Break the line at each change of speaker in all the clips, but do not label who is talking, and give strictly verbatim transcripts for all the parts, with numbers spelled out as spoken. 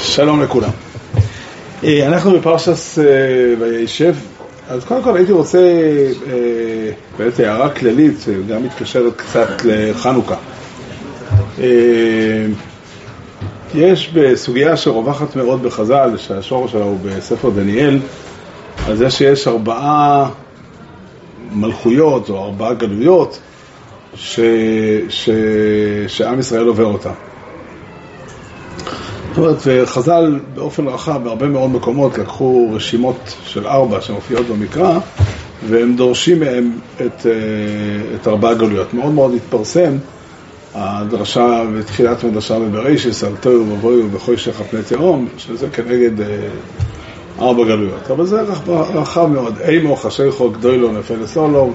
שלום לכולם. אנחנו בפרשת וישב, אז קודם כל הייתי רוצה באמת הערה כללית, גם מתקשרת קצת לחנוכה. יש בסוגיה שרווחת מאוד בחז"ל, שהשורש שלה הוא בספר דניאל, על זה שיש ארבעה מלכויות או ארבעה גלויות ש... ש... שעם ישראל עובר אותה. זאת אומרת, וחז"ל באופן רחב, בהרבה מאוד מקומות, לקחו רשימות של ארבע שמופיעות במקרא, והם דורשים מהם את, את ארבעה גלויות. מאוד מאוד התפרסם הדרשה ותחילת מדרשה בבראשיס, על תוהו ובוהו וחושך על פני תהום, שזה כנגד ארבע גלויות. אבל זה רחב מאוד. אימו, חשיכו, גדולו, נפל סולו,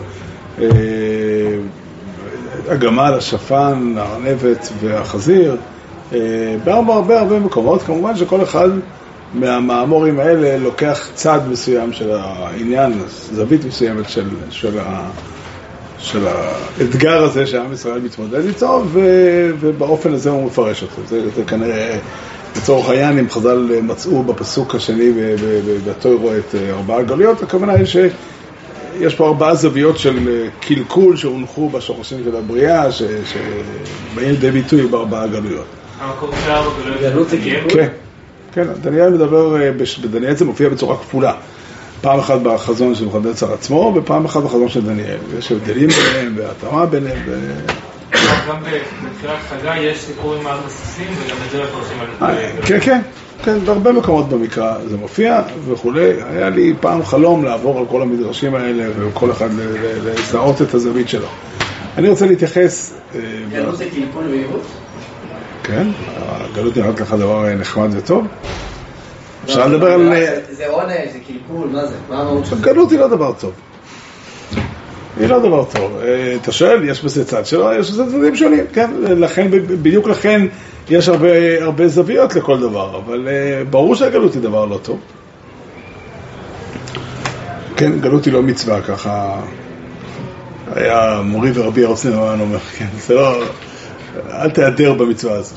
הגמל, השפן, הארנבת והחזיר, בהרבה הרבה הרבה מקומות. כמובן שכל אחד מהמאמורים האלה לוקח צד מסוים של העניין, זווית מסוימת של, של, ה, של האתגר הזה שעם ישראל מתמודד איתו, ו, ובאופן הזה הוא מפרש אותו. זה, זה כנראה לצורך העניין, אם חז"ל מצאו בפסוק השני בתורה את ארבעה גלויות, הכוונה היא שיש פה ארבעה זוויות של קלקול שהונחו בשורשים של הבריאה, שבאים לידי ביטוי בארבעה גלויות.
המקור של ארבע גלויות זה קלקול?
כן, כן, דניאל מדבר, בדניאל זה מופיע בצורה כפולה. פעם אחת בחזון של נבוכדנצר עצמו, ופעם אחת בחזון של דניאל. יש הבדלים ביניהם, והתאמה ביניהם.
גם בתחילת חגי יש סיפור עם ארבע סוסים, וגם את זה מפרשים על...
כן, כן, כן, בהרבה מקומות במקרא זה מופיע וכולי. היה לי פעם חלום לעבור על כל המדרשים האלה, וכל אחד לזהות את הזווית שלו. אני רוצה להתייחס...
גלות זה קלקול וירוץ?
כן, הגלות נראית לך דבר נחמד וטוב. אפשר לדבר על...
זה עונש, זה קלקול, מה זה? מה המהות של זה?
גלות היא לא דבר טוב. היא לא דבר טוב. אתה שואל, יש בזה צד שלו, יש בזה צדדים שונים, כן? לכן, בדיוק לכן יש הרבה, הרבה זוויות לכל דבר, אבל ברור שהגלות היא דבר לא טוב. כן, גלות היא לא מצווה, ככה היה מורי ורבי הרצנו אומר, כן, זה לא... אל תיעדר במצווה הזו.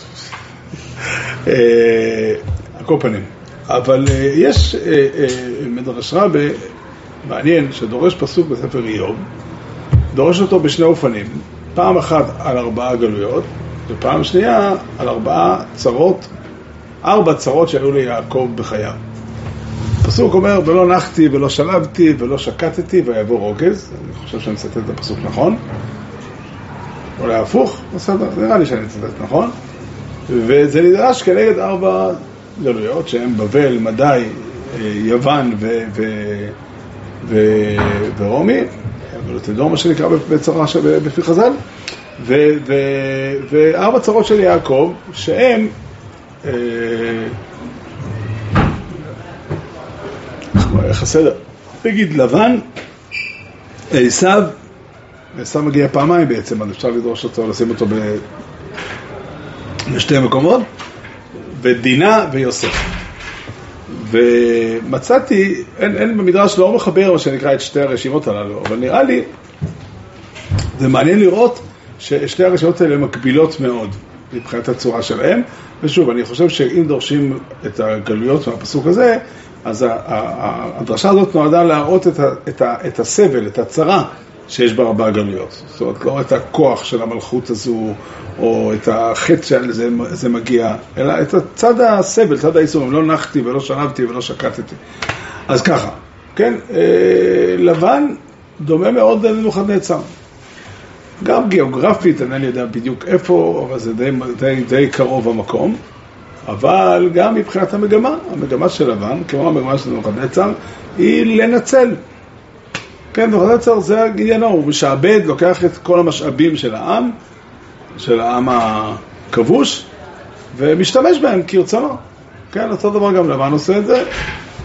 על כל פנים. אבל יש מדרש רבה מעניין שדורש פסוק בספר איוב, דורש אותו בשני אופנים. פעם אחת על ארבעה גלויות, ופעם שנייה על ארבעה צרות, ארבע צרות שהיו ליעקב בחייו. הפסוק אומר, ולא נחתי ולא שלבתי ולא שקטתי ויבוא רוגז. אני חושב שאני מצטט את הפסוק נכון. אולי הפוך, בסדר, נראה לי שאני מצטט נכון. וזה נדרש כנגד ארבע גלויות שהם בבל, מדי, יוון ו... ו... ו... ורומי, גלות אדום מה שנקרא בצרה בפי חז"ל, ו... ו... וארבע צרות של יעקב שהם אה... איך הסדר? תגיד לבן, עשיו, עשיו מגיע פעמיים בעצם, אז אפשר לדרוש אותו, לשים אותו ב... בשתי מקומות, ודינה ויוסף. ומצאתי, אין, אין במדרש לא מחבר מה שנקרא את שתי הרשימות הללו, אבל נראה לי, זה מעניין לראות ששתי הרשימות האלה מקבילות מאוד מבחינת הצורה שלהם, ושוב, אני חושב שאם דורשים את הגלויות מהפסוק הזה, אז הדרשה הזאת נועדה להראות את, ה, את, ה, את הסבל, את הצרה, שיש בה ארבע גלויות. זאת אומרת, לא את הכוח של המלכות הזו, או את החטא שעל זה, זה מגיע, אלא את הצד הסבל, צד האיסורים. לא נחתי ולא שלבתי ולא שקטתי. אז ככה, כן, לבן דומה מאוד לנבוכדנצר. גם גיאוגרפית, אני יודע בדיוק איפה, אבל זה די, די, די קרוב המקום. אבל גם מבחינת המגמה, המגמה של לבן, כמו המגמה של נבוכדנצר, היא לנצל. כן, נבוכדנצר זה עניינו, הוא משעבד, לוקח את כל המשאבים של העם, של העם הכבוש, ומשתמש בהם כרצונו. כן, אותו דבר גם לבן עושה את זה,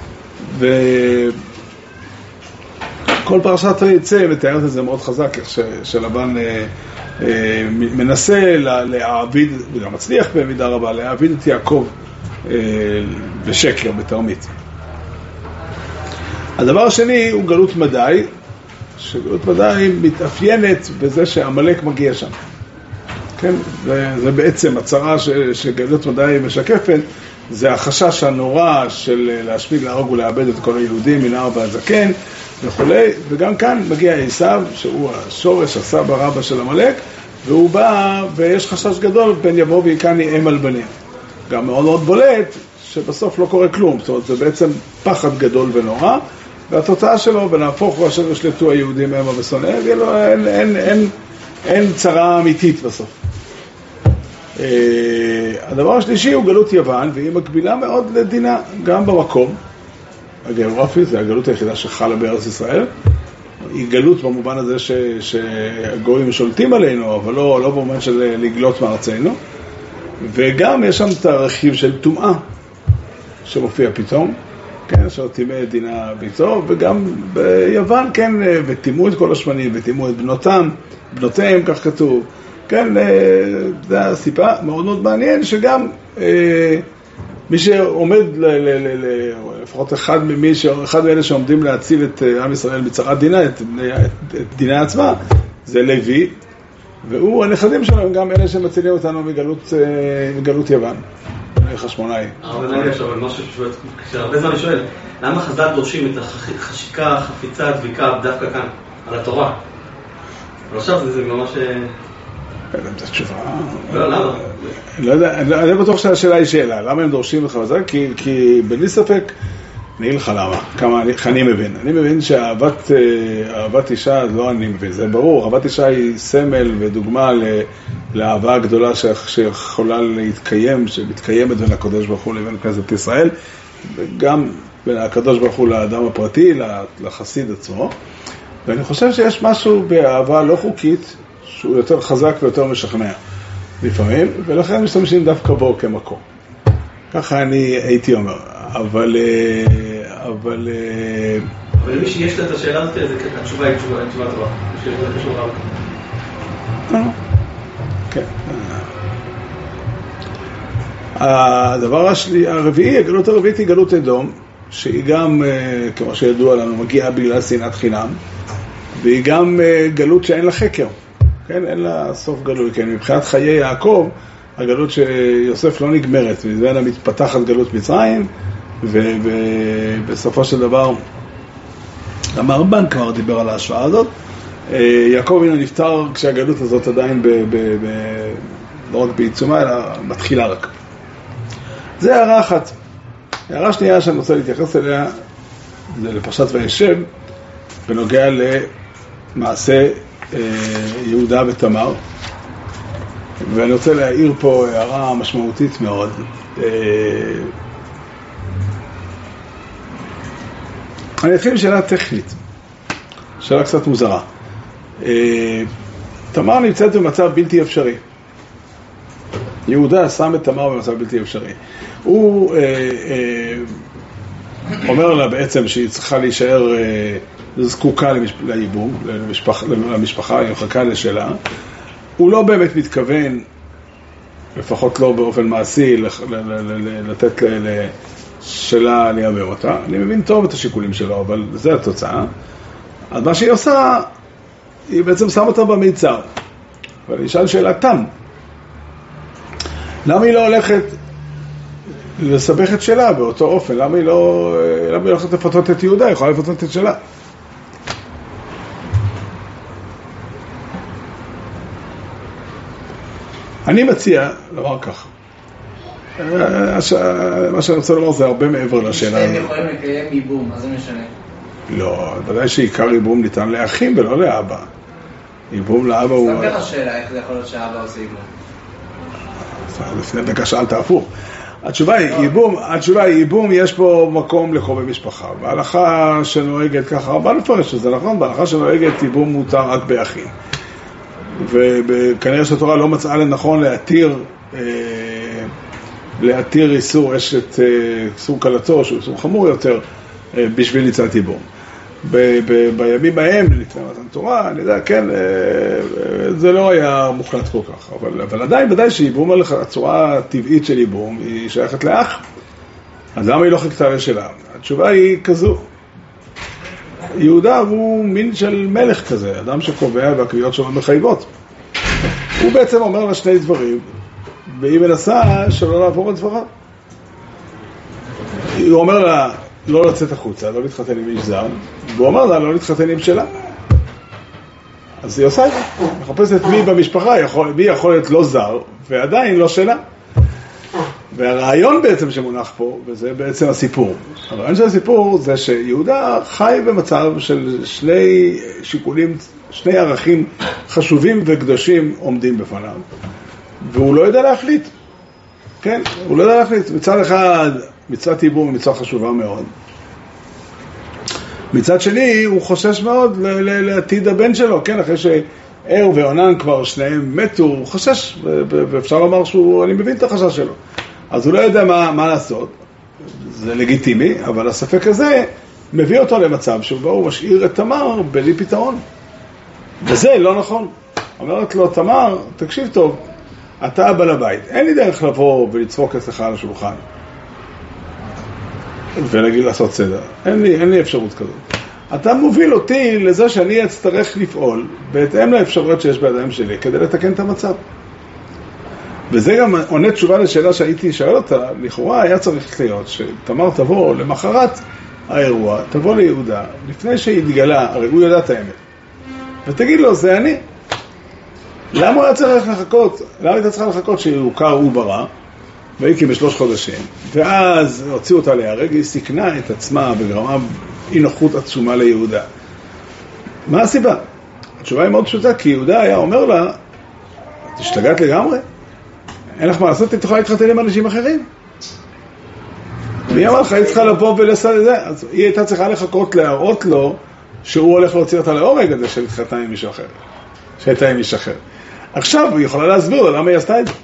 וכל פרשת יצא מתארת את זה מאוד חזק, איך שלבן אה, אה, מנסה להעביד, וגם מצליח במידה רבה, להעביד את יעקב אה, בשקר, בתרמית. הדבר השני הוא גלות מדי, שגלות מדי מתאפיינת בזה שעמלק מגיע שם. כן, זה בעצם הצרה שגלות מדי משקפת, זה החשש הנורא של להשמיד, להרוג ולאבד את כל היהודים מנער ועד זקן וכולי, וגם כאן מגיע עשיו שהוא השורש, הסבא רבא של עמלק, והוא בא ויש חשש גדול פן יבוא ויקני אם על בנים. גם מאוד מאוד בולט שבסוף לא קורה כלום, זאת אומרת זה בעצם פחד גדול ונורא, והתוצאה שלו ונהפוך ואשר ישלטו היהודים המה ושונאיהם, אין, אין, אין, אין צרה אמיתית בסוף. הדבר השלישי הוא גלות יוון, והיא מקבילה מאוד לדינה, גם במקום הגיאוגרפי, זה הגלות היחידה שחלה בארץ ישראל. היא גלות במובן הזה ש, שהגויים שולטים עלינו, אבל לא, לא במובן של לגלות מארצנו. וגם יש שם את הרכיב של טומאה שמופיע פתאום, כן, שתימא את דינה ביתו, וגם ביוון, כן, ותימו את כל השמנים, ותימו את בנותם, בנותיהם, כך כתוב. כן, זה הסיפה מאוד מאוד מעניין, שגם מי שעומד, לפחות אחד ממי, אחד מאלה שעומדים להציל את עם ישראל מצרת דינה, את, את דינה עצמה, זה לוי, והוא, הנכדים שלו, הם גם אלה שמצילים אותנו מגלות, מגלות יוון, חשמונאי.
הרבה מעניין עכשיו, אבל משהו שהרבה זמן אני שואל, למה חז"ל דורשים את החשיקה, החפיצה, הדביקה, דווקא כאן, על התורה? אבל עכשיו זה ממש...
לא יודע אם זו תשובה.
לא, למה?
לא יודע, אני בטוח שהשאלה היא שאלה. למה הם דורשים לך בזה? כי בלי ספק, אני אגיד לך למה, כמה אני מבין. אני מבין שאהבת אישה, לא אני מבין, זה ברור, אהבת אישה היא סמל ודוגמה לאהבה הגדולה שיכולה להתקיים, שמתקיימת בין הקדוש ברוך הוא לבין כנסת ישראל, וגם בין הקדוש ברוך הוא לאדם הפרטי, לחסיד עצמו. ואני חושב שיש משהו באהבה לא חוקית, שהוא יותר חזק ויותר משכנע לפעמים, ולכן משתמשים דווקא בו כמקום. ככה אני הייתי אומר. אבל... אבל...
אבל למי שיש לה את השאלה הזאת, התשובה היא תשובה טובה. שיש לה קשור רב.
כן. הדבר הרביעי, הגלות הרביעית היא גלות אדום, שהיא גם, כמו שידוע לנו, מגיעה בגלל שנאת חינם, והיא גם גלות שאין לה חקר. כן, אין לה סוף גלוי, כן, מבחינת חיי יעקב, הגלות שיוסף לא נגמרת, מזמן מתפתחת גלות מצרים, ובסופו של דבר, גם הרמב"ן כבר דיבר על ההשוואה הזאת, יעקב הנה נפטר כשהגלות הזאת עדיין, ב, ב, ב, לא רק בעיצומה, אלא מתחילה רק. זה הערה אחת. הערה שנייה שאני רוצה להתייחס אליה, זה לפרשת וישב, בנוגע למעשה יהודה ותמר, ואני רוצה להעיר פה הערה משמעותית מאוד. אני אתחיל עם שאלה טכנית, שאלה קצת מוזרה. תמר נמצאת במצב בלתי אפשרי. יהודה שם את תמר במצב בלתי אפשרי. הוא אומר לה בעצם שהיא צריכה להישאר זקוקה לייבום, למשפחה, היא מחכה לשלה. הוא לא באמת מתכוון, לפחות לא באופן מעשי, לתת לשלה לייבם אותה. אני מבין טוב את השיקולים שלו, אבל זה התוצאה. אז מה שהיא עושה, היא בעצם שמה אותה במיצר. ואני אשאל שאלה תם. למה היא לא הולכת לסבך את שלה באותו אופן? למה היא לא, למה היא לא הולכת לפתות את יהודה? היא יכולה לפתות את שלה. אני מציע לומר כך. מה שאני רוצה לומר זה הרבה מעבר לשאלה.
הם יכולים לקיים ייבום, מה זה משנה?
לא, ודאי שעיקר ייבום ניתן לאחים ולא לאבא. ייבום לאבא הוא...
סתם ככה שאלה, איך זה יכול להיות שאבא עושה ייבום?
לפני דקה שאלת הפוך. התשובה היא, ייבום, התשובה היא, ייבום יש פה מקום לקרובי משפחה. בהלכה שנוהגת ככה, הרבה לפרש שזה נכון, בהלכה שנוהגת ייבום מותר רק באחים. וכנראה שהתורה לא מצאה לנכון להתיר, אה, להתיר איסור אשת, אה, איסור קלתו, שהוא איסור חמור יותר, אה, בשביל ניצת ייבום. ב- ב- בימים ההם, לפני מתן תורה, אני יודע, כן, אה, זה לא היה מוחלט כל כך, אבל, אבל עדיין, ודאי שייבום על הצורה הטבעית של ייבום, היא שייכת לאח. אז למה היא לא חיכתה לשלה? התשובה היא כזו. יהודה הוא מין של מלך כזה, אדם שקובע והקביעות שלו מחייבות. הוא בעצם אומר לה שני דברים, והיא מנסה שלא לעבור את דבריו. הוא אומר לה לא לצאת החוצה, לא להתחתן עם איש זר, והוא אומר לה לא להתחתן עם שלה. אז היא עושה את זה, מחפשת מי במשפחה, יכול, מי יכול להיות לא זר, ועדיין לא שלה. והרעיון בעצם שמונח פה, וזה בעצם הסיפור. הרעיון של הסיפור זה שיהודה חי במצב של שני שיקולים, שני ערכים חשובים וקדושים עומדים בפניו. והוא לא יודע להחליט. כן, הוא לא יודע להחליט. מצד אחד, מצוות ייבום היא מצווה חשובה מאוד. מצד שני, הוא חושש מאוד לעתיד הבן שלו, כן, אחרי שער ועונן כבר שניהם מתו, הוא חושש, ואפשר לומר שהוא, אני מבין את החשש שלו. אז הוא לא יודע מה, מה לעשות, זה לגיטימי, אבל הספק הזה מביא אותו למצב שבו הוא משאיר את תמר בלי פתרון. וזה לא נכון. אומרת לו, תמר, תקשיב טוב, אתה בעל הבית, אין לי דרך לבוא ולצרוק אצלך על השולחן. ולהגיד לעשות סדר. אין לי, אין לי אפשרות כזאת. אתה מוביל אותי לזה שאני אצטרך לפעול בהתאם לאפשרויות שיש בידיים שלי כדי לתקן את המצב. וזה גם עונה תשובה לשאלה שהייתי שואל אותה, לכאורה היה צריך להיות שתמר תבוא למחרת האירוע, תבוא ליהודה, לפני שהתגלה, הרי הוא יודע את האמת, ותגיד לו, זה אני. למה הוא היה צריך לחכות? למה הייתה צריכה לחכות שיוכר הוא ברא, והיא בשלוש חודשים, ואז הוציאו אותה להיהרג, היא סיכנה את עצמה וגרמה אי נוחות עצומה ליהודה. מה הסיבה? התשובה היא מאוד פשוטה, כי יהודה היה אומר לה, תשתגעת לגמרי? אין לך מה לעשות, תוכל להתחתן עם אנשים אחרים. מי אמר לך, היא צריכה לבוא ולעשות את זה? אז היא הייתה צריכה לחכות להראות לו שהוא הולך להוציא אותה להורג הזה של התחתן עם מישהו אחר. שהייתה עם מישהו אחר. עכשיו היא יכולה להסביר לו למה היא עשתה את זה.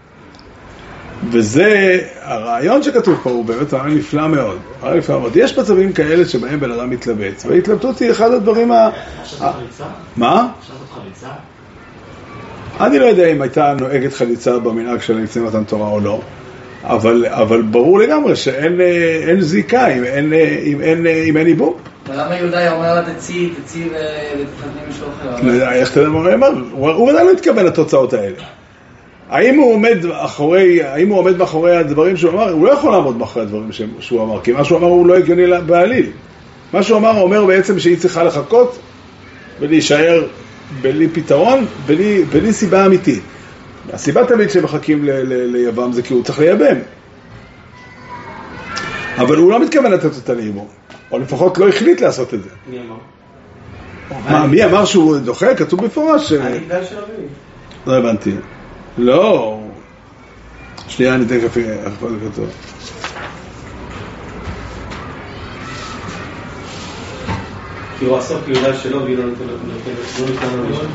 וזה, הרעיון שכתוב פה הוא באמת רעיון נפלא מאוד. רעיון נפלא מאוד. יש מצבים כאלה שבהם בן אדם מתלבט, וההתלבטות היא אחד הדברים ה... מה?
חליצה?
אני לא יודע אם הייתה נוהגת חליצה במנהג של לפני מתן תורה או לא, אבל, אבל ברור לגמרי שאין אין זיקה אם אין, אם אין, אם אין ייבום.
למה יהודה אומר לה תציא, תציא ותתחתני מישהו אחר?
לא יודע, איך אתה יודע מה הוא אמר? הוא עדיין לא התקבל לתוצאות האלה. האם הוא עומד מאחורי, האם הוא עומד מאחורי הדברים שהוא אמר? הוא לא יכול לעמוד מאחורי הדברים שהוא אמר, כי מה שהוא אמר הוא לא הגיוני בעליל. מה שהוא אמר, הוא אומר בעצם שהיא צריכה לחכות ולהישאר בלי פתרון, בלי, בלי סיבה אמיתית. הסיבה תמיד שמחכים ל, ל, ליבם זה כי הוא צריך לייבם. אבל הוא לא מתכוון לתת אותה לייבום, או לפחות לא החליט לעשות את זה.
מי אמר?
מה, מי אמר שהוא דוחה? כתוב בפורש.
אני גדל של אביב.
לא הבנתי. לא. שנייה, אני תכף אכפת לכתוב.
כי הוא עסוק יהודה שלו והיא לא נתנה לו לישה.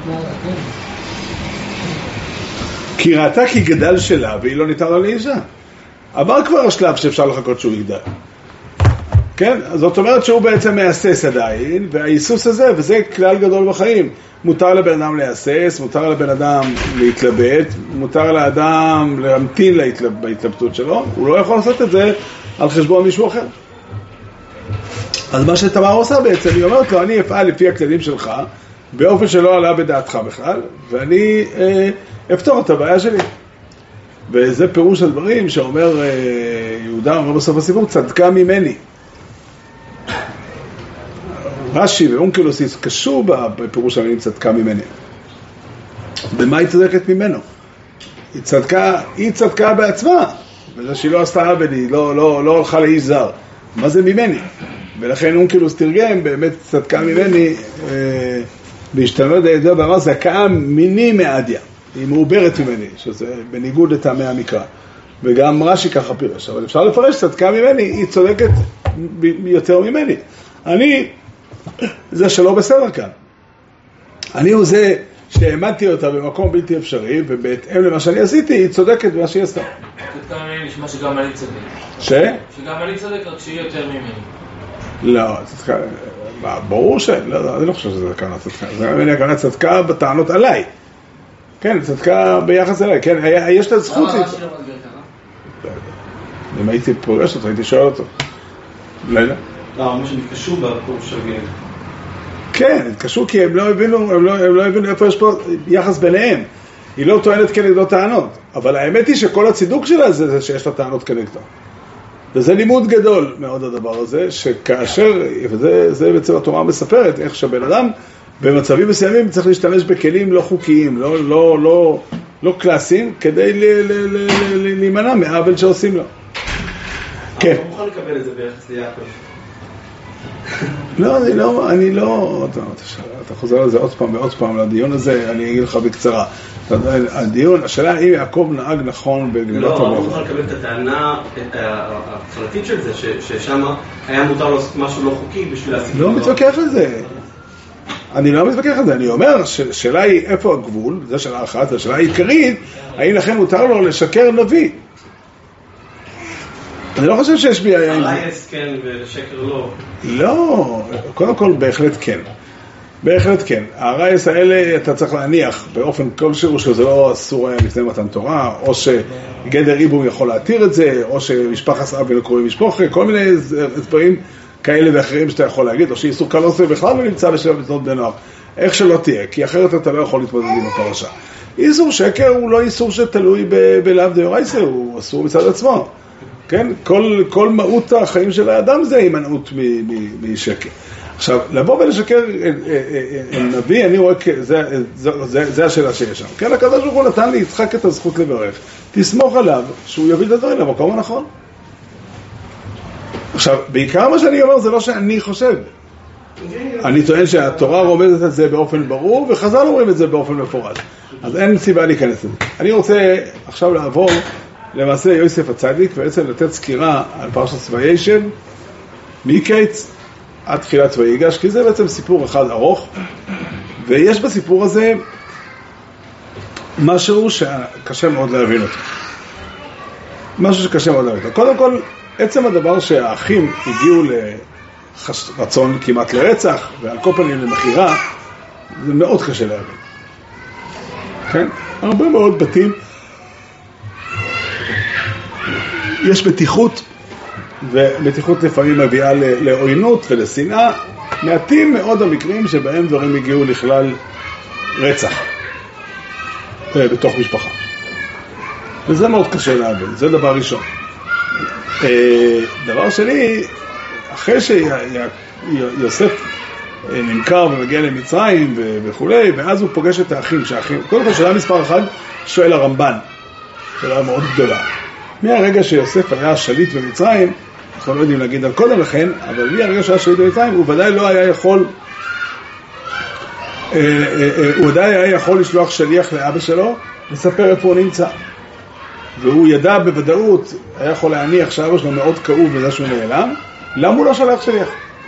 כי ראתה כי גדל שלה והיא לא נתנה לו לישה. עבר כבר השלב שאפשר לחכות שהוא יגדל. כן? זאת אומרת שהוא בעצם מאסס עדיין, והאיסוס הזה, וזה כלל גדול בחיים. מותר לבן אדם להאסס, מותר לבן אדם להתלבט, מותר לאדם להמתין בהתלבטות שלו, הוא לא יכול לעשות את זה על חשבון מישהו אחר. אז מה שתמר עושה בעצם, היא אומרת לו, אני אפעל לפי הכללים שלך, באופן שלא עלה בדעתך בכלל, ואני אה, אפתור את הבעיה שלי. וזה פירוש הדברים שאומר אה, יהודה, אומר בסוף הסיפור, צדקה ממני. רש"י ואונקלוס קשור בפירוש המילים צדקה ממני. במה היא צדקת ממנו? היא צדקה, היא צדקה בעצמה, בזה שהיא לא עשתה עבד, היא לא, לא, לא הלכה לאיש זר. מה זה ממני? ולכן אונקלוס תרגם, באמת צדקה ממני, אה, בהשתנות הידוע ואמר, זכאה מיני מעדיה. היא מעוברת ממני, שזה בניגוד לטעמי המקרא. וגם רש"י ככה פירש, אבל אפשר לפרש צדקה ממני, היא צודקת יותר ממני. אני, זה שלא בסדר כאן. אני הוא זה שהעמדתי אותה במקום בלתי אפשרי, ובהתאם למה שאני עשיתי, היא צודקת במה שהיא עשתה.
צדקה ממני נשמע שגם אני צודק.
ש?
שגם אני צודק, רק שהיא יותר ממני.
לא, צדקה, ברור ש... לא, אני לא חושב שזה כאן צדקה. זה ממני הכוונה צדקה בטענות עליי. כן, צדקה ביחס אליי. כן, יש לה זכות...
למה רש"י לא מסביר ככה?
אם הייתי פוגש אותו, הייתי שואל אותו. לילה?
לא, מה שנתקשו בפירוש של גאים.
כן, התקשו כי הם לא הבינו, הם לא, הם לא הבינו איפה יש פה יחס ביניהם. היא לא טוענת כנגדו טענות, אבל האמת היא שכל הצידוק שלה זה שיש לה טענות כנגדו. וזה לימוד גדול מאוד הדבר הזה, שכאשר, וזה זה בעצם התורה מספרת, איך שהבן אדם במצבים מסוימים צריך להשתמש בכלים לא חוקיים, לא, לא, לא, לא קלאסיים, כדי ל, ל, ל, ל, להימנע מהעוול שעושים לו. כן.
אני מוכן לקבל את זה ביחס ליעקב.
לא, אני לא, אני לא, אתה, אתה חוזר על זה עוד פעם ועוד פעם, לדיון הזה, אני אגיד לך בקצרה. הדיון, השאלה אם יעקב נהג נכון בגנבת
לא,
הברכה.
אני מוכן לקבל את הטענה ההתחלתית של זה, ששם היה מותר לעשות משהו לא חוקי בשביל להשיג.
לא מתווכח על זה. אני לא מתווכח על זה, אני אומר שהשאלה היא איפה הגבול, זו שאלה אחת, השאלה העיקרית, האם לכן מותר לו לשקר נביא? אני לא חושב שיש בי היה עם זה.
הרייס כן ולשקר לא.
לא, קודם כל בהחלט כן. בהחלט כן. הרייס האלה אתה צריך להניח באופן כלשהו שזה לא אסור היה לפני מתן תורה, או שגדר איבום יכול להתיר את זה, או שמשפחת אב ולא קוראים משפחה, כל מיני דברים כאלה ואחרים שאתה יכול להגיד, או שאיסור קל עושה בכלל ונמצא בשביל בזנות בן נוער. איך שלא תהיה, כי אחרת אתה לא יכול להתמודד עם הפרשה. איסור שקר הוא לא איסור שתלוי בלאו דאורייסה, הוא אסור מצד עצמו. כן? כל, כל מהות החיים של האדם זה הימנעות משקר. עכשיו, לבוא ולשקר נביא, אני רואה, זה, זה, זה, זה השאלה שיש שם. כן, הקדוש ברוך הוא נתן לי יצחק את הזכות לברך. תסמוך עליו שהוא יוביל את הדברים למקום הנכון. עכשיו, בעיקר מה שאני אומר זה לא שאני חושב. אני טוען שהתורה רומזת את זה באופן ברור, וחז"ל אומרים את זה באופן מפורש. אז אין סיבה להיכנס לזה. אני רוצה עכשיו לעבור למעשה יוסף הצדיק, ובעצם לתת סקירה על פרשת ויישב, מקיץ עד תחילת ויגש, כי זה בעצם סיפור אחד ארוך, ויש בסיפור הזה משהו שקשה מאוד להבין אותו. משהו שקשה מאוד להבין אותו. קודם כל, עצם הדבר שהאחים הגיעו לרצון כמעט לרצח, ועל כל פנים למחירה, זה מאוד קשה להבין. כן? הרבה מאוד בתים, יש מתיחות, ומתיחות לפעמים מביאה לעוינות ולשנאה. מעטים מאוד המקרים שבהם דברים הגיעו לכלל רצח בתוך משפחה. וזה מאוד קשה להבין, זה דבר ראשון. דבר שני, אחרי שיוסף נמכר ומגיע למצרים וכו', ואז הוא פוגש את האחים, שהאחים, קודם כל שאלה מספר אחד, שואל הרמב"ן, שאלה מאוד גדולה. מהרגע שיוסף היה שליט במצרים, אנחנו לא יודעים להגיד על קודם לכן, אבל מהרגע שהיה שליט במצרים, הוא ודאי לא היה יכול, הוא ודאי היה יכול לשלוח שליח לאבא שלו, לספר איפה הוא נמצא. והוא ידע בוודאות, היה יכול להניח שאבא שלו מאוד כאוב בזה שהוא נעלם, למה הוא לא שלח שליח?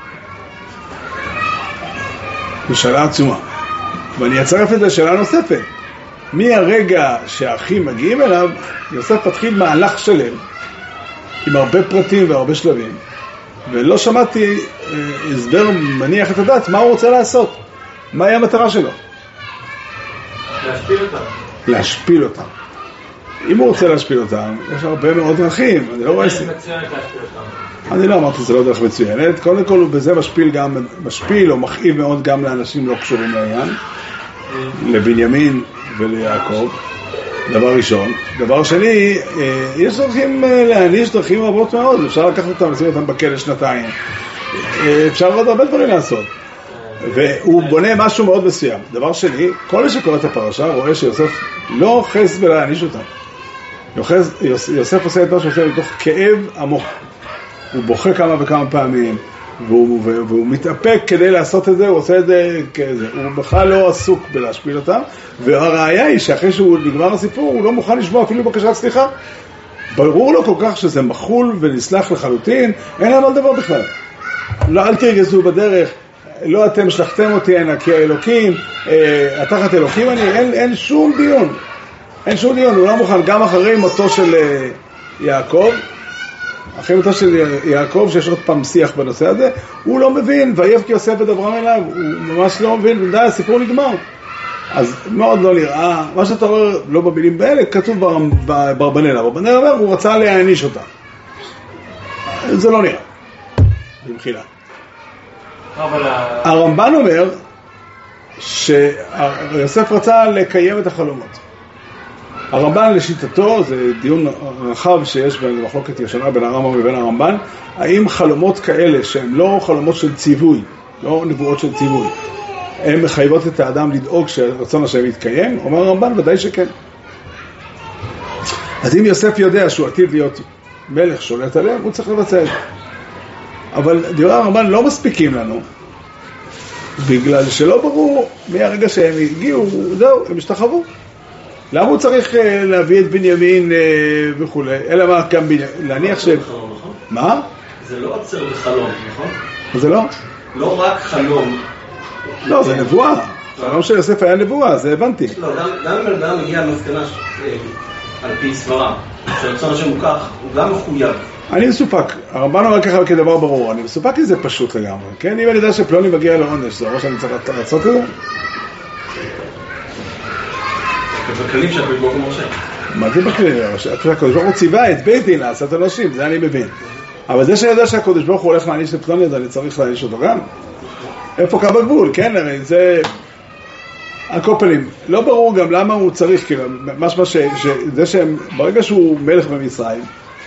בשאלה עצומה. ואני אצרף את זה שאלה נוספת. מהרגע שהאחים מגיעים אליו, יוסף מתחיל מהלך שלם, עם הרבה פרטים והרבה שלבים, ולא שמעתי אה, הסבר מניח את הדעת, מה הוא רוצה לעשות? מה היא המטרה שלו?
להשפיל אותם.
להשפיל אותם. אם הוא רוצה להשפיל אותם, יש הרבה מאוד דרכים. אני לא רואה...
זה מצוין להשפיל אותם.
אני לא אמרתי שזה לא דרך מצוינת. קודם כל הוא בזה משפיל גם, משפיל או מכאיב מאוד גם לאנשים לא קשורים לעניין. לבנימין וליעקב. דבר ראשון. דבר שני, יש דרכים להעניש, דרכים רבות מאוד. אפשר לקחת אותם, לשים אותם בכלא שנתיים. אפשר עוד הרבה דברים לעשות. והוא בונה משהו מאוד מסוים. דבר שני, כל מי שקורא את הפרשה רואה שיוסף לא אוחז בלהעניש אותם. יוחז, יוסף עושה את מה שעושה מתוך כאב עמוק. הוא בוכה כמה וכמה פעמים, והוא, והוא מתאפק כדי לעשות את זה, הוא עושה את זה כזה. הוא בכלל לא עסוק בלהשפיל אותם, והראיה היא שאחרי שהוא נגמר הסיפור, הוא לא מוכן לשמוע אפילו בקשת סליחה. ברור לו כל כך שזה מחול ונסלח לחלוטין, אין להם על דבר בכלל. לא, אל תרגזו בדרך, לא אתם שלחתם אותי הנה כי האלוקים, אה, התחת אלוקים אני, אין, אין שום דיון. אין שום דיון, הוא לא מוכן, גם אחרי מותו של אה, יעקב, אחרי מותו של יעקב, שיש עוד פעם שיח בנושא הזה, הוא לא מבין, ויבך יוסף ודברם אליו, הוא ממש לא מבין, ודי, הסיפור נגמר. אז מאוד לא נראה, מה שאתה רואה לא במילים באלה, כתוב ברבנאל, ברבנאל אומר, הוא רצה להעניש אותה. זה לא נראה, במחילה. הרמב"ן אומר שיוסף רצה לקיים את החלומות. הרמב"ן לשיטתו, זה דיון רחב שיש בין מחלוקת ישנה בין הרמב"ם ובין הרמב"ן, האם חלומות כאלה שהם לא חלומות של ציווי, לא נבואות של ציווי, הן מחייבות את האדם לדאוג שרצון השם יתקיים? אומר הרמב"ן, ודאי שכן. אז אם יוסף יודע שהוא עתיד להיות מלך שולט עליהם, הוא צריך לבצע את זה. אבל דברי הרמב"ן לא מספיקים לנו, בגלל שלא ברור מהרגע שהם הגיעו, זהו, הם השתחוו. למה הוא צריך להביא את בנימין וכו'? אלא מה, גם בנימין, להניח ש... מה?
זה לא עוצר בחלום, נכון?
זה לא?
לא רק חלום.
לא, זה נבואה. חלום של יוסף היה נבואה, זה הבנתי.
לא, גם אם אדם מגיע למסקנה על פי סברה, שרצון השם הוא כך, הוא גם מחויב.
אני מסופק, הרמב"ן אומר ככה כדבר ברור, אני מסופק כי זה פשוט לגמרי, כן? אם אני יודע שפלוני מגיע לעונש, זה אומר שאני צריך לעשות את זה?
בכללים שהקדוש ברוך הוא מרשה.
מה זה בכללים? הקדוש ברוך הוא ציווה את בית דין לעשות אנשים, זה אני מבין. אבל זה שאני יודע שהקדוש ברוך הוא הולך להעניש את פלוני, אז אני צריך להעניש אותו גם. איפה קו הגבול? כן, הרי זה... הקופלים, לא ברור גם למה הוא צריך, כאילו, משמע שזה שהם, ברגע שהוא מלך במצרים,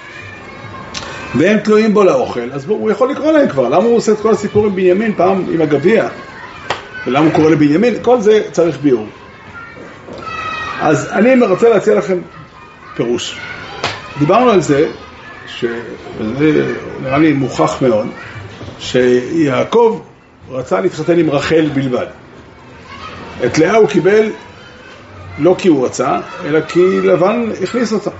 והם תלויים בו לאוכל, אז הוא יכול לקרוא להם כבר. למה הוא עושה את כל הסיפור עם בנימין פעם עם הגביע? ולמה הוא קורא לבנימין? כל זה צריך ביאור. אז אני רוצה להציע לכם פירוש. דיברנו על זה, שזה נראה לי מוכח מאוד, שיעקב רצה להתחתן עם רחל בלבד. את לאה הוא קיבל לא כי הוא רצה, אלא כי לבן הכניס אותה.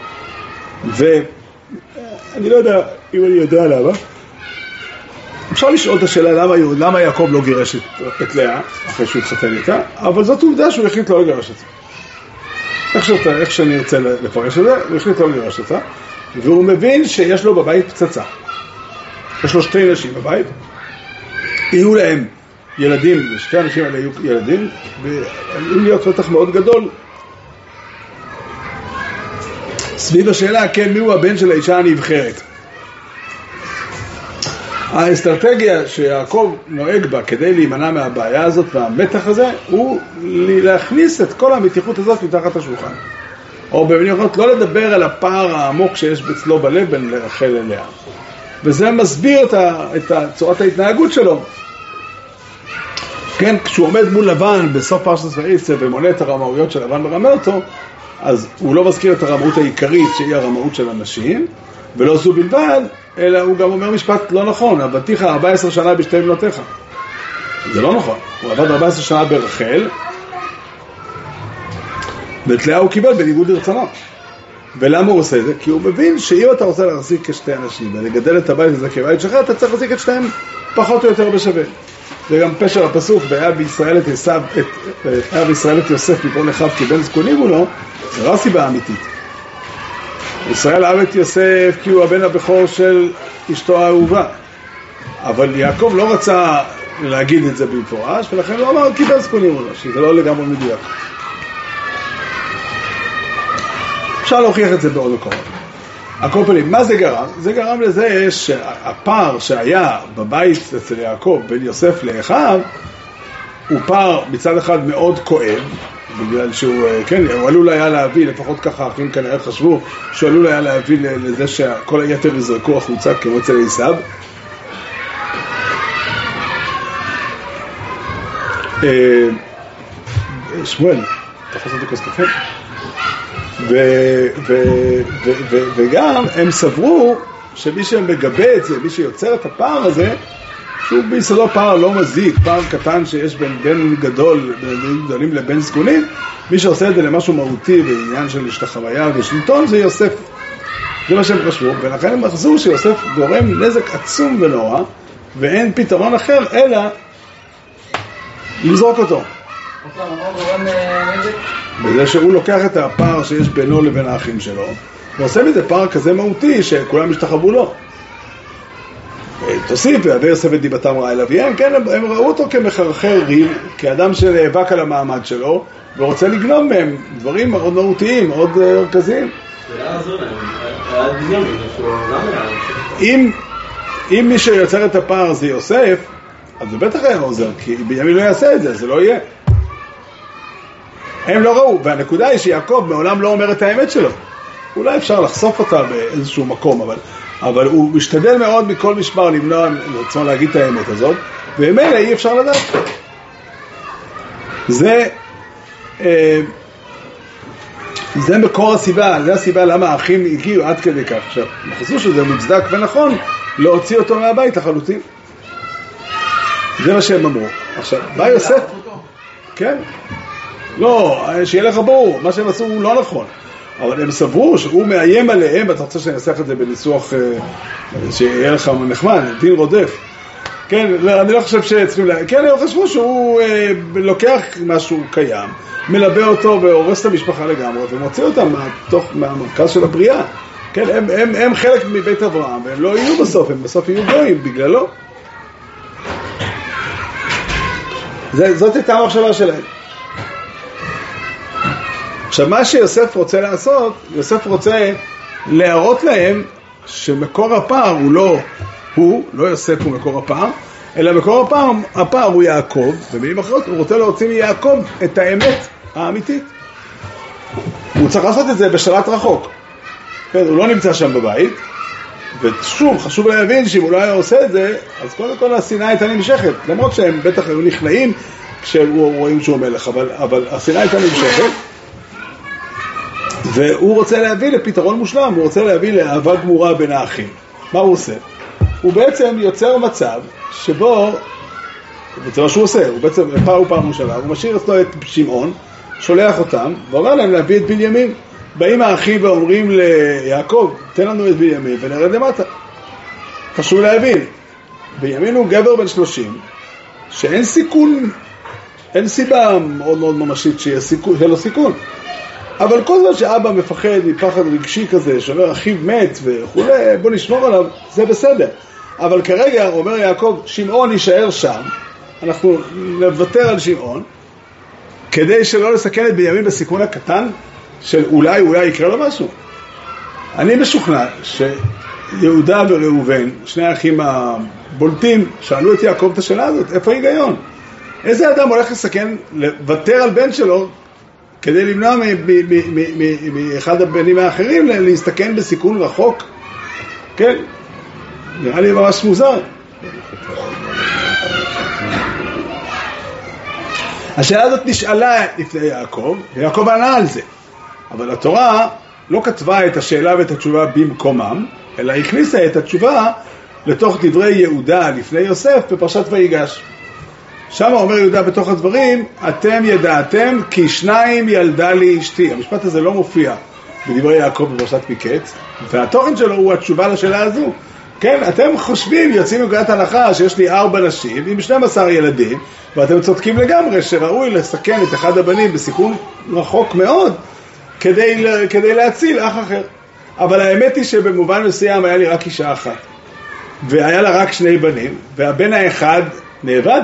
ואני לא יודע אם אני יודע למה. אפשר לשאול את השאלה למה, למה יעקב לא גירש את, את לאה אחרי שהוא התחתן איתה, אבל זאת עובדה שהוא החליט לא לגרש אותה. איך, שאתה, איך שאני ארצה לפרש את זה, הוא החליט לא לגרש אותה, והוא מבין שיש לו בבית פצצה. יש לו שתי נשים בבית, יהיו להם ילדים, ושתי אנשים האלה יהיו ילדים, ועלול להיות פתח מאוד גדול. סביב השאלה, כן, מי הוא הבן של האישה הנבחרת? האסטרטגיה שיעקב נוהג בה כדי להימנע מהבעיה הזאת והמתח הזה, הוא להכניס את כל המתיחות הזאת מתחת השולחן. או במילים אחרות, לא לדבר על הפער העמוק שיש אצלו בלב בין רחל אליה. וזה מסביר את, ה, את צורת ההתנהגות שלו. כן, כשהוא עומד מול לבן בסוף פרשת ויצא ומונה את הרמאויות של לבן ורמה אותו, אז הוא לא מזכיר את הרמאות העיקרית שהיא הרמאות של אנשים, ולא זו בלבד, אלא הוא גם אומר משפט לא נכון, עבדתיך ארבע עשרה שנה בשתי בנותיך. זה לא נכון, הוא עבד ארבע עשרה שנה ברחל, ואת לאה הוא קיבל בניגוד לרצונו. ולמה הוא עושה את זה? כי הוא מבין שאם אתה רוצה להחזיק כשתי אנשים ולגדל את הבית הזה כבית שלך, אתה צריך להחזיק את שתיהם פחות או יותר בשווה. זה גם פשר הפסוק, והיה בישראל את יוסף, היה בישראל את יוסף מפון אחיו כי בן זקונים הוא לא, זה לא הסיבה האמיתית. ישראל אהב את יוסף כי הוא הבן הבכור של אשתו האהובה. אבל יעקב לא רצה להגיד את זה במפורש, ולכן הוא אמר כי בן זקונים הוא לא, שזה לא לגמרי מדויק. אפשר להוכיח את זה בעוד מקומות. הקופלים, מה זה גרם? זה גרם לזה שהפער שהיה בבית אצל יעקב בין יוסף לאחיו, הוא פער מצד אחד מאוד כואב, בגלל שהוא, כן, הוא עלול היה להביא, לפחות ככה אחים כנראה חשבו, שהוא עלול היה להביא לזה שכל היתר יזרקו החוצה כמו אצל עשיו. שמואל, אתה יכול לעשות את הכוס קפה? וגם הם סברו שמי שמגבה את זה, מי שיוצר את הפער הזה, שהוא ביסודו פער לא מזיק, פער קטן שיש בין בן גדול, בין גדולים לבין זקונים, מי שעושה את זה למשהו מהותי בעניין של השתחוויה ושלטון זה יוסף. זה מה שהם חשבו, ולכן הם חשבו שיוסף גורם נזק עצום ונורא, ואין פתרון אחר אלא לזרוק אותו. בזה שהוא לוקח את הפער שיש בינו לבין האחים שלו, ועושה מזה פער כזה מהותי שכולם משתחוו לו. תוסיף, והבא יוסף את דיבתם רעה אל אביהם, כן, הם, הם ראו אותו כמחרחר ריב, כאדם שנאבק על המעמד שלו, ורוצה לגנוב מהם דברים מאוד מהותיים, מאוד מרכזיים. אם, אם מי שיוצר את הפער זה יוסף, אז זה בטח היה עוזר, כי בנימין לא יעשה את זה, זה לא יהיה. הם לא ראו, והנקודה היא שיעקב מעולם לא אומר את האמת שלו. אולי אפשר לחשוף אותה באיזשהו מקום, אבל, אבל הוא משתדל מאוד מכל משמר למנוע לעצמו להגיד את האמת הזאת, וממילא אי אפשר לדעת. זה, אה, זה מקור הסיבה, זה הסיבה למה האחים הגיעו עד כדי כך. עכשיו, מחזו שזה מוצדק ונכון להוציא אותו מהבית לחלוטין. זה מה שהם אמרו. עכשיו, בא יוסף... כן? לא, שיהיה לך ברור, מה שהם עשו הוא לא נכון. אבל הם סברו שהוא מאיים עליהם, אתה רוצה שנסח את זה בניסוח שיהיה לך נחמד, דין רודף. כן, אני לא חושב שצריכים לה... כן, הם חשבו שהוא אה, לוקח משהו קיים, מלווה אותו והורס את המשפחה לגמרי, ומוציא אותם מהתוך, מהמרכז של הבריאה. כן, הם, הם, הם חלק מבית אברהם, והם לא יהיו בסוף, הם בסוף יהיו גויים בגללו. זה, זאת הייתה המחשבה שלהם. עכשיו, מה שיוסף רוצה לעשות, יוסף רוצה להראות להם שמקור הפער הוא לא הוא, לא יוסף הוא מקור הפער, אלא מקור הפער, הפער הוא יעקב, במילים אחרות הוא רוצה להוציא מיעקב את האמת האמיתית. הוא צריך לעשות את זה בשלט רחוק. כן, הוא לא נמצא שם בבית, ושוב, חשוב להבין שאם הוא לא היה עושה את זה, אז קודם כל השנאה הייתה נמשכת, למרות שהם בטח היו נכנעים כשהוא רואים שהוא מלך, אבל, אבל השנאה הייתה נמשכת, והוא רוצה להביא לפתרון מושלם, הוא רוצה להביא לאהבה גמורה בין האחים. מה הוא עושה? הוא בעצם יוצר מצב שבו, זה מה שהוא עושה, הוא בעצם פעם ופעם ראשונה, הוא משאיר אצלו את שמעון, שולח אותם, ואומר להם להביא את בנימין. באים האחים ואומרים ליעקב, תן לנו את בנימין ונרד למטה. חשוב להבין, בנימין הוא גבר בן שלושים, שאין סיכון, אין סיבה מאוד מאוד ממשית שיהיה סיכון, שיהיה לו סיכון. אבל כל זמן שאבא מפחד מפחד רגשי כזה, שאומר אחיו מת וכו', בוא נשמור עליו, זה בסדר. אבל כרגע אומר יעקב, שמעון יישאר שם, אנחנו נוותר על שמעון, כדי שלא לסכן את בנימין בסיכון הקטן, של אולי אולי יקרה לו משהו. אני משוכנע שיהודה וראובן, שני האחים הבולטים, שאלו את יעקב את השאלה הזאת, איפה ההיגיון? איזה אדם הולך לסכן, לוותר על בן שלו, כדי למנוע מאחד הבנים האחרים להסתכן בסיכון רחוק? כן, נראה לי ממש מוזר. השאלה הזאת נשאלה לפני יעקב, ויעקב ענה על זה. אבל התורה לא כתבה את השאלה ואת התשובה במקומם, אלא הכניסה את התשובה לתוך דברי יהודה לפני יוסף בפרשת ויגש. שם אומר יהודה בתוך הדברים, אתם ידעתם כי שניים ילדה לי אשתי. המשפט הזה לא מופיע בדברי יעקב בפרשת מקץ, והתוכן שלו הוא התשובה לשאלה הזו. כן, אתם חושבים, יוצאים מנקודת הנחה שיש לי ארבע נשים עם שנים עשר ילדים, ואתם צודקים לגמרי שראוי לסכן את אחד הבנים בסיכון רחוק מאוד, כדי, כדי להציל אח אחר. אבל האמת היא שבמובן מסוים היה לי רק אישה אחת, והיה לה רק שני בנים, והבן האחד נאבד.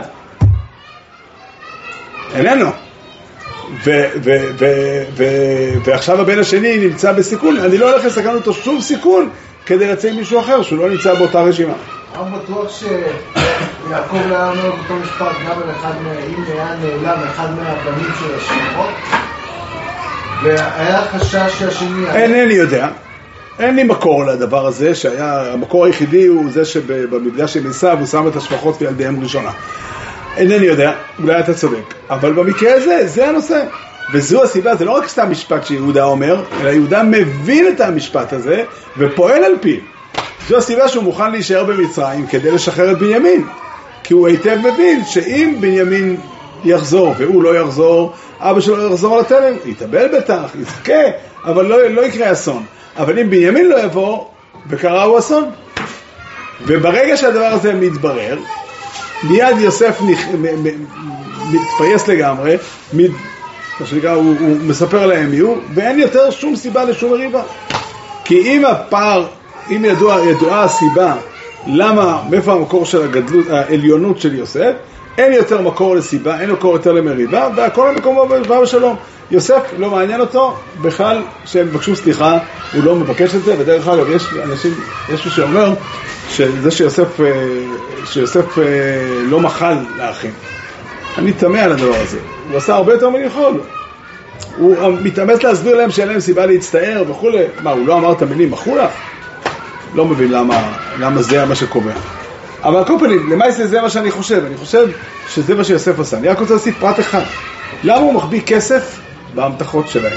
איננו. ו- ו- ו- ו- ועכשיו הבן השני נמצא בסיכון, אני לא הולך לסכן אותו שום סיכון כדי להציל מישהו אחר שהוא לא נמצא באותה רשימה.
אני בטוח שיעקב לא היה אומר אותו משפט גם על אחד, אם היה נעלם אחד מהבנים של השמות, והיה חשש שהשני...
אינני יודע. אין לי מקור לדבר הזה, שהיה, המקור היחידי הוא זה שבמפגש של עשיו הוא שם את השפחות וילדיהם ראשונה. אינני יודע, אולי אתה צודק. אבל במקרה הזה, זה הנושא. וזו הסיבה, זה לא רק סתם משפט שיהודה אומר, אלא יהודה מבין את המשפט הזה ופועל על פיו. זו הסיבה שהוא מוכן להישאר במצרים כדי לשחרר את בנימין. כי הוא היטב מבין שאם בנימין יחזור והוא לא יחזור, אבא שלו יחזור לתלם, יתאבל בטח, יזכה, אבל לא, לא יקרה אסון. אבל אם בנימין לא יבוא, וקרה הוא אסון. וברגע שהדבר הזה מתברר, מיד יוסף נכ... מ... מ... מתפייס לגמרי, מ... שנקרא, הוא, הוא מספר להם מי הוא, ואין יותר שום סיבה לשום מריבה. כי אם הפער, אם ידוע, ידועה הסיבה, למה, מאיפה המקור של הגדלות, העליונות של יוסף, אין יותר מקור לסיבה, אין מקור יותר למריבה, והכל המקום בא בשלום. יוסף לא מעניין אותו, בכלל שהם מבקשו סליחה, הוא לא מבקש את זה, ודרך אגב, יש אנשים, יש מי שאומר, שזה שיוסף, שיוסף לא מחל לאחים. אני תמה על הדבר הזה. הוא עשה הרבה יותר מלאכול. הוא מתאמץ להסביר להם שאין להם סיבה להצטער וכו'. מה, הוא לא אמר את המילים מחו לך? לא מבין למה, למה זה מה שקובע. אבל על כל פנים, למעשה זה מה שאני חושב. אני חושב שזה מה שיוסף עשה. אני רק רוצה להוסיף פרט אחד. למה הוא מחביא כסף בהמתחות שלהם?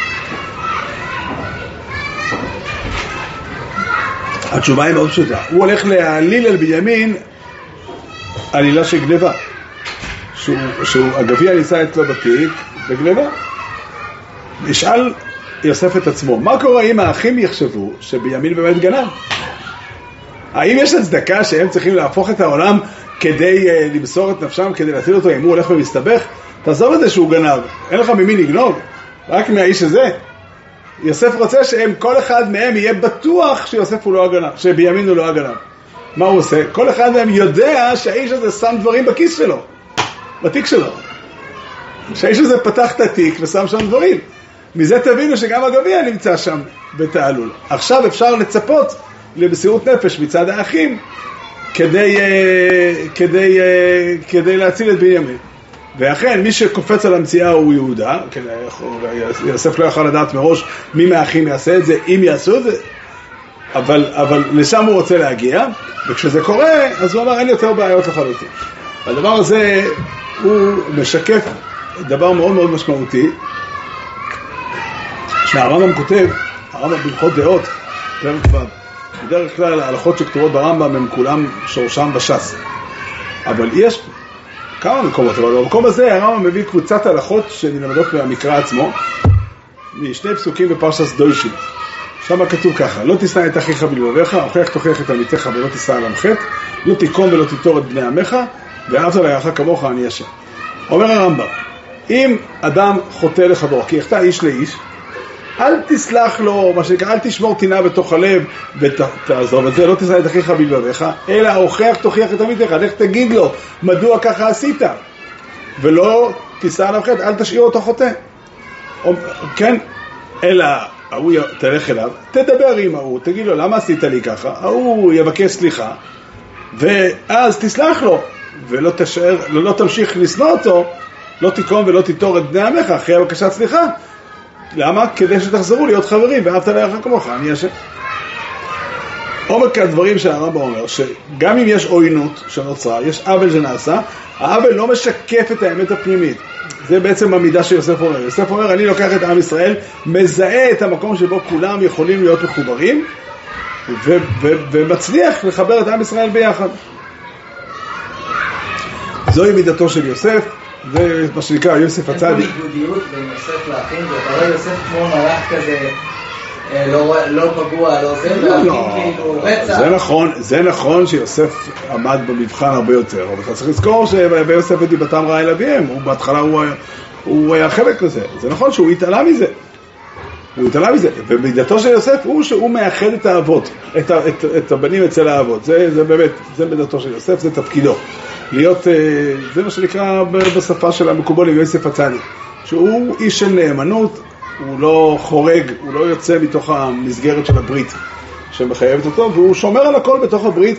התשובה היא מאוד פשוטה. הוא הולך להעליל על בנימין עלילה של גניבה. שהוא, שהוא הגביע ניסה אצלו בתיק בגניבה. ישאל יוסף את עצמו, מה קורה אם האחים יחשבו שבנימין באמת גנב? האם יש הצדקה שהם צריכים להפוך את העולם כדי uh, למסור את נפשם, כדי להציל אותו אם הוא הולך ומסתבך? תעזוב את זה שהוא גנב, אין לך ממי לגנוב, רק מהאיש הזה. יוסף רוצה שהם, כל אחד מהם יהיה בטוח שיוסף הוא לא הגנב, שבנימין הוא לא הגנב. מה הוא עושה? כל אחד מהם יודע שהאיש הזה שם דברים בכיס שלו, בתיק שלו. שהאיש הזה פתח את התיק ושם שם דברים. מזה תבינו שגם הגביע נמצא שם בתעלול. עכשיו אפשר לצפות למסירות נפש מצד האחים כדי, כדי, כדי להציל את בנימין. ואכן, מי שקופץ על המציאה הוא יהודה. יוסף לא יכול לדעת מראש מי מהאחים יעשה את זה, אם יעשו את זה, אבל, אבל לשם הוא רוצה להגיע, וכשזה קורה, אז הוא אמר, אין יותר בעיות לחלוטין. הדבר הזה הוא משקף דבר מאוד מאוד משמעותי, שהרמב"ם כותב, הרמב"ם בהלכות דעות, בדרך כלל ההלכות שכתובות ברמב"ם הם כולם שורשם בש"ס. אבל יש כמה מקומות, אבל במקום הזה הרמב"ם מביא קבוצת הלכות שנלמדות מהמקרא עצמו, משני פסוקים בפרשת דוישים. שם כתוב ככה, לא תשנא את אחיך בלבביך, הוכיח תוכיח את עמיתך ולא תישא על עמך, לא תיקום ולא תיטור את בני עמך, ואהבת לרעך כמוך אני השם. אומר הרמב"ם, אם אדם חוטא לחברו, כי יחטא איש לאיש, אל תסלח לו, מה שנקרא, אל תשמור טינה בתוך הלב ותעזוב את זה, לא תשנא את אחיך בלבביך, אלא הוכיח תוכיח את עמיתך, לך תגיד לו מדוע ככה עשית, ולא תישא על עמך, אל תשאיר אותו חוטא. כן, אלא הוא תלך אליו, תדבר עם ההוא, תגיד לו למה עשית לי ככה, ההוא יבקש סליחה, ואז תסלח לו, ולא תשאר, לא תמשיך לשנוא אותו, לא תיקום ולא תיטור את בני עמך אחרי הבקשת סליחה. למה? כדי שתחזרו להיות חברים, ואהבת לרעך כמוך אני השם. עומק הדברים שהרמב"ם אומר, שגם אם יש עוינות שנוצרה, יש עוול שנעשה, העוול לא משקף את האמת הפנימית. זה בעצם המידה שיוסף אומר. יוסף אומר, אני לוקח את עם ישראל, מזהה את המקום שבו כולם יכולים להיות מחוברים, ו- ו- ומצליח לחבר את עם ישראל ביחד. זוהי מידתו של יוסף, זה מה שנקרא יוסף הצדיק.
אין פה ניגודיות בין יוסף לאחים, ואתה רואה יוסף כמו מלאך כזה, לא פגוע, לא זה, והאחים כאילו רצח.
זה נכון, זה נכון שיוסף עמד במבחן הרבה יותר, אבל אתה צריך לזכור שיוסף ודיבתם רעה אל אביהם, הוא בהתחלה הוא היה חלק לזה, זה נכון שהוא התעלה מזה, הוא התעלה מזה, ומידתו של יוסף הוא שהוא מאחד את האבות, את, את, את הבנים אצל האבות, זה, זה באמת, זה מידתו של יוסף, זה תפקידו. להיות, זה מה שנקרא בשפה של המקובלים, יוסף הצדיק, שהוא איש של נאמנות, הוא לא חורג, הוא לא יוצא מתוך המסגרת של הברית שמחייבת אותו, והוא שומר על הכל בתוך הברית,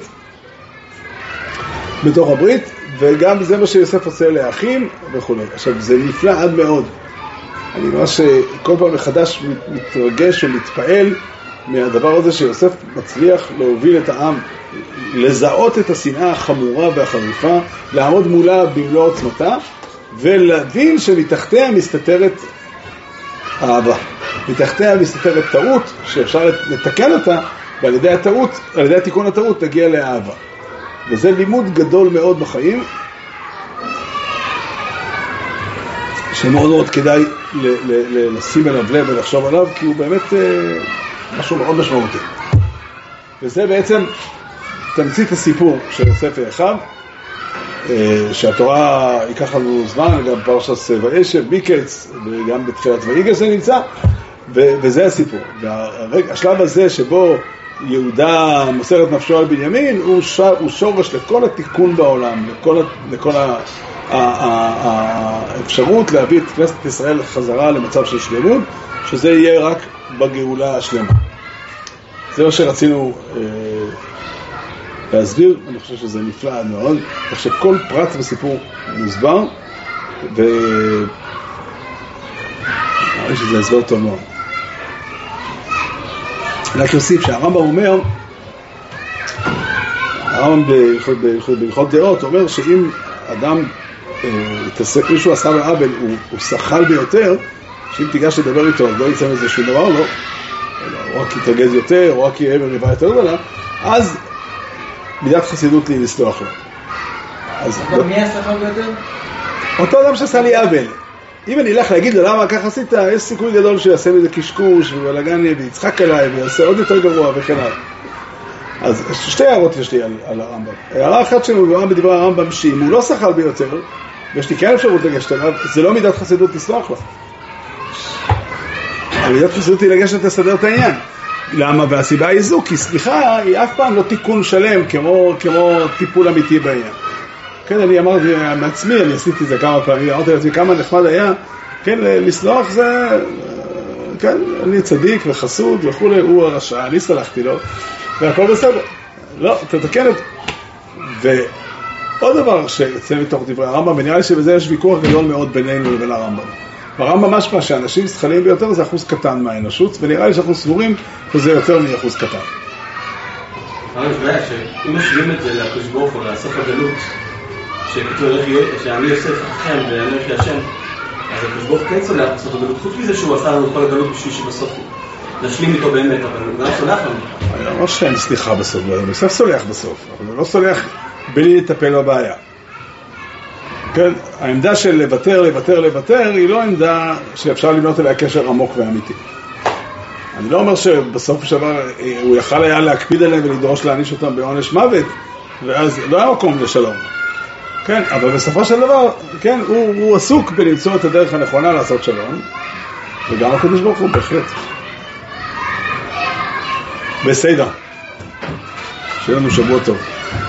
בתוך הברית, וגם זה מה שיוסף עושה לאחים וכו'. עכשיו, זה נפלא עד מאוד. אני ממש כל פעם מחדש מתרגש ומתפעל מהדבר הזה שיוסף מצליח להוביל את העם, לזהות את השנאה החמורה והחריפה, לעמוד מולה במלוא עוצמתה, ולהבין שמתחתיה מסתתרת אהבה. מתחתיה מסתתרת טעות, שאפשר לתקן אותה, ועל ידי הטעות, על ידי התיקון הטעות, תגיע לאהבה. וזה לימוד גדול מאוד בחיים, שמאוד מאוד כדאי ל- ל- ל- לשים אליו לב ולחשוב עליו, כי הוא באמת אה, משהו מאוד משמעותי. וזה בעצם תמצית הסיפור של יוסף ואחיו, אה, שהתורה ייקח לנו זמן, גם פרשת וישב, מקץ, וגם בתחילת ויגש זה נמצא, ו- וזה הסיפור. והשלב הזה שבו יהודה מוסר את נפשו על בנימין, הוא, ש- הוא שורש לכל התיקון בעולם, לכל, לכל ה... האפשרות להביא את כנסת ישראל חזרה למצב של שלמות, שזה יהיה רק בגאולה השלמה. זה מה שרצינו אה, להסביר. אני חושב שזה נפלא מאוד, כך שכל פרט וסיפור מוסבר, לי שזה הסבר טוב מאוד. רק להוסיף שהרמב"ם אומר, הרמב"ם בהלכות דעות אומר שאם אדם, מישהו עשה לו עוול, הוא שחל ביותר, שאם תיגש לדבר איתו, אז לא יצא מזה שום דבר, לא, או רק יתרגז יותר, או רק יהיה בריבה יותר גדולה, אז מידת חסידות לי לסלוח לו.
אבל מי השחל ביותר?
אותו אדם שעשה לי עוול. אם אני אלך להגיד לו למה ככה עשית, יש סיכוי גדול שיעשה מזה קשקוש ובלגן ויצחק עליי ויעשה עוד יותר גרוע וכן הלאה. אז שתי הערות יש לי על, על הרמב"ם. הערה אחת שמובאה בדברי הרמב"ם, שאם הוא לא שחל ביותר, ויש לי כן אפשרות לגשת אליו, זה לא מידת חסידות לסלוח לו. המידת חסידות היא לגשת לסדר את העניין. למה? והסיבה היא זו, כי סליחה היא אף פעם לא תיקון שלם כמו, כמו טיפול אמיתי בעניין. כן, אני אמרתי מעצמי, אני עשיתי את זה כמה פעמים, אמרתי לעצמי כמה נחמד היה, כן, לסלוח זה, כן, אני צדיק וחסוד וכולי, הוא הרשע, אני סלחתי לו, והכל בסדר. לא, תתקן את... ועוד דבר שיוצא מתוך דברי הרמב"ם, ונראה לי שבזה יש ויכוח גדול מאוד בינינו לבין הרמב"ם. ברמב"ם משמע שאנשים שכלים ביותר זה אחוז קטן מהאנושות, ונראה לי שאנחנו סבורים שזה יותר מאחוז קטן.
אני חושב שאם משווים את זה לקדוש ברוך הוא, לסוף הגלות, שכתוב שאני יוסף אחכם ואני יחי השם, אז הקדוש ברוך הוא כן סולח בסוף הגלות, חוץ מזה שהוא עשה לנו כל הגלות בשביל שבסוף נשלים איתו באמת, אבל הוא גם סולח לנו.
אני לא שאין סליחה בסוף, הוא בסוף סולח בסוף, אבל הוא לא סולח בלי לטפל בבעיה. כן, העמדה של לוותר, לוותר, לוותר, היא לא עמדה שאפשר לבנות אליה קשר עמוק ואמיתי. אני לא אומר שבסוף שבר הוא יכל היה להקפיד עליהם ולדרוש להעניש אותם בעונש מוות, ואז לא היה מקום לשלום. כן, אבל בסופו של דבר, כן, הוא, הוא עסוק בלמצוא את הדרך הנכונה לעשות שלום, וגם הקדוש ברוך הוא בהחלט. בסדר. שיהיה לנו שבוע טוב.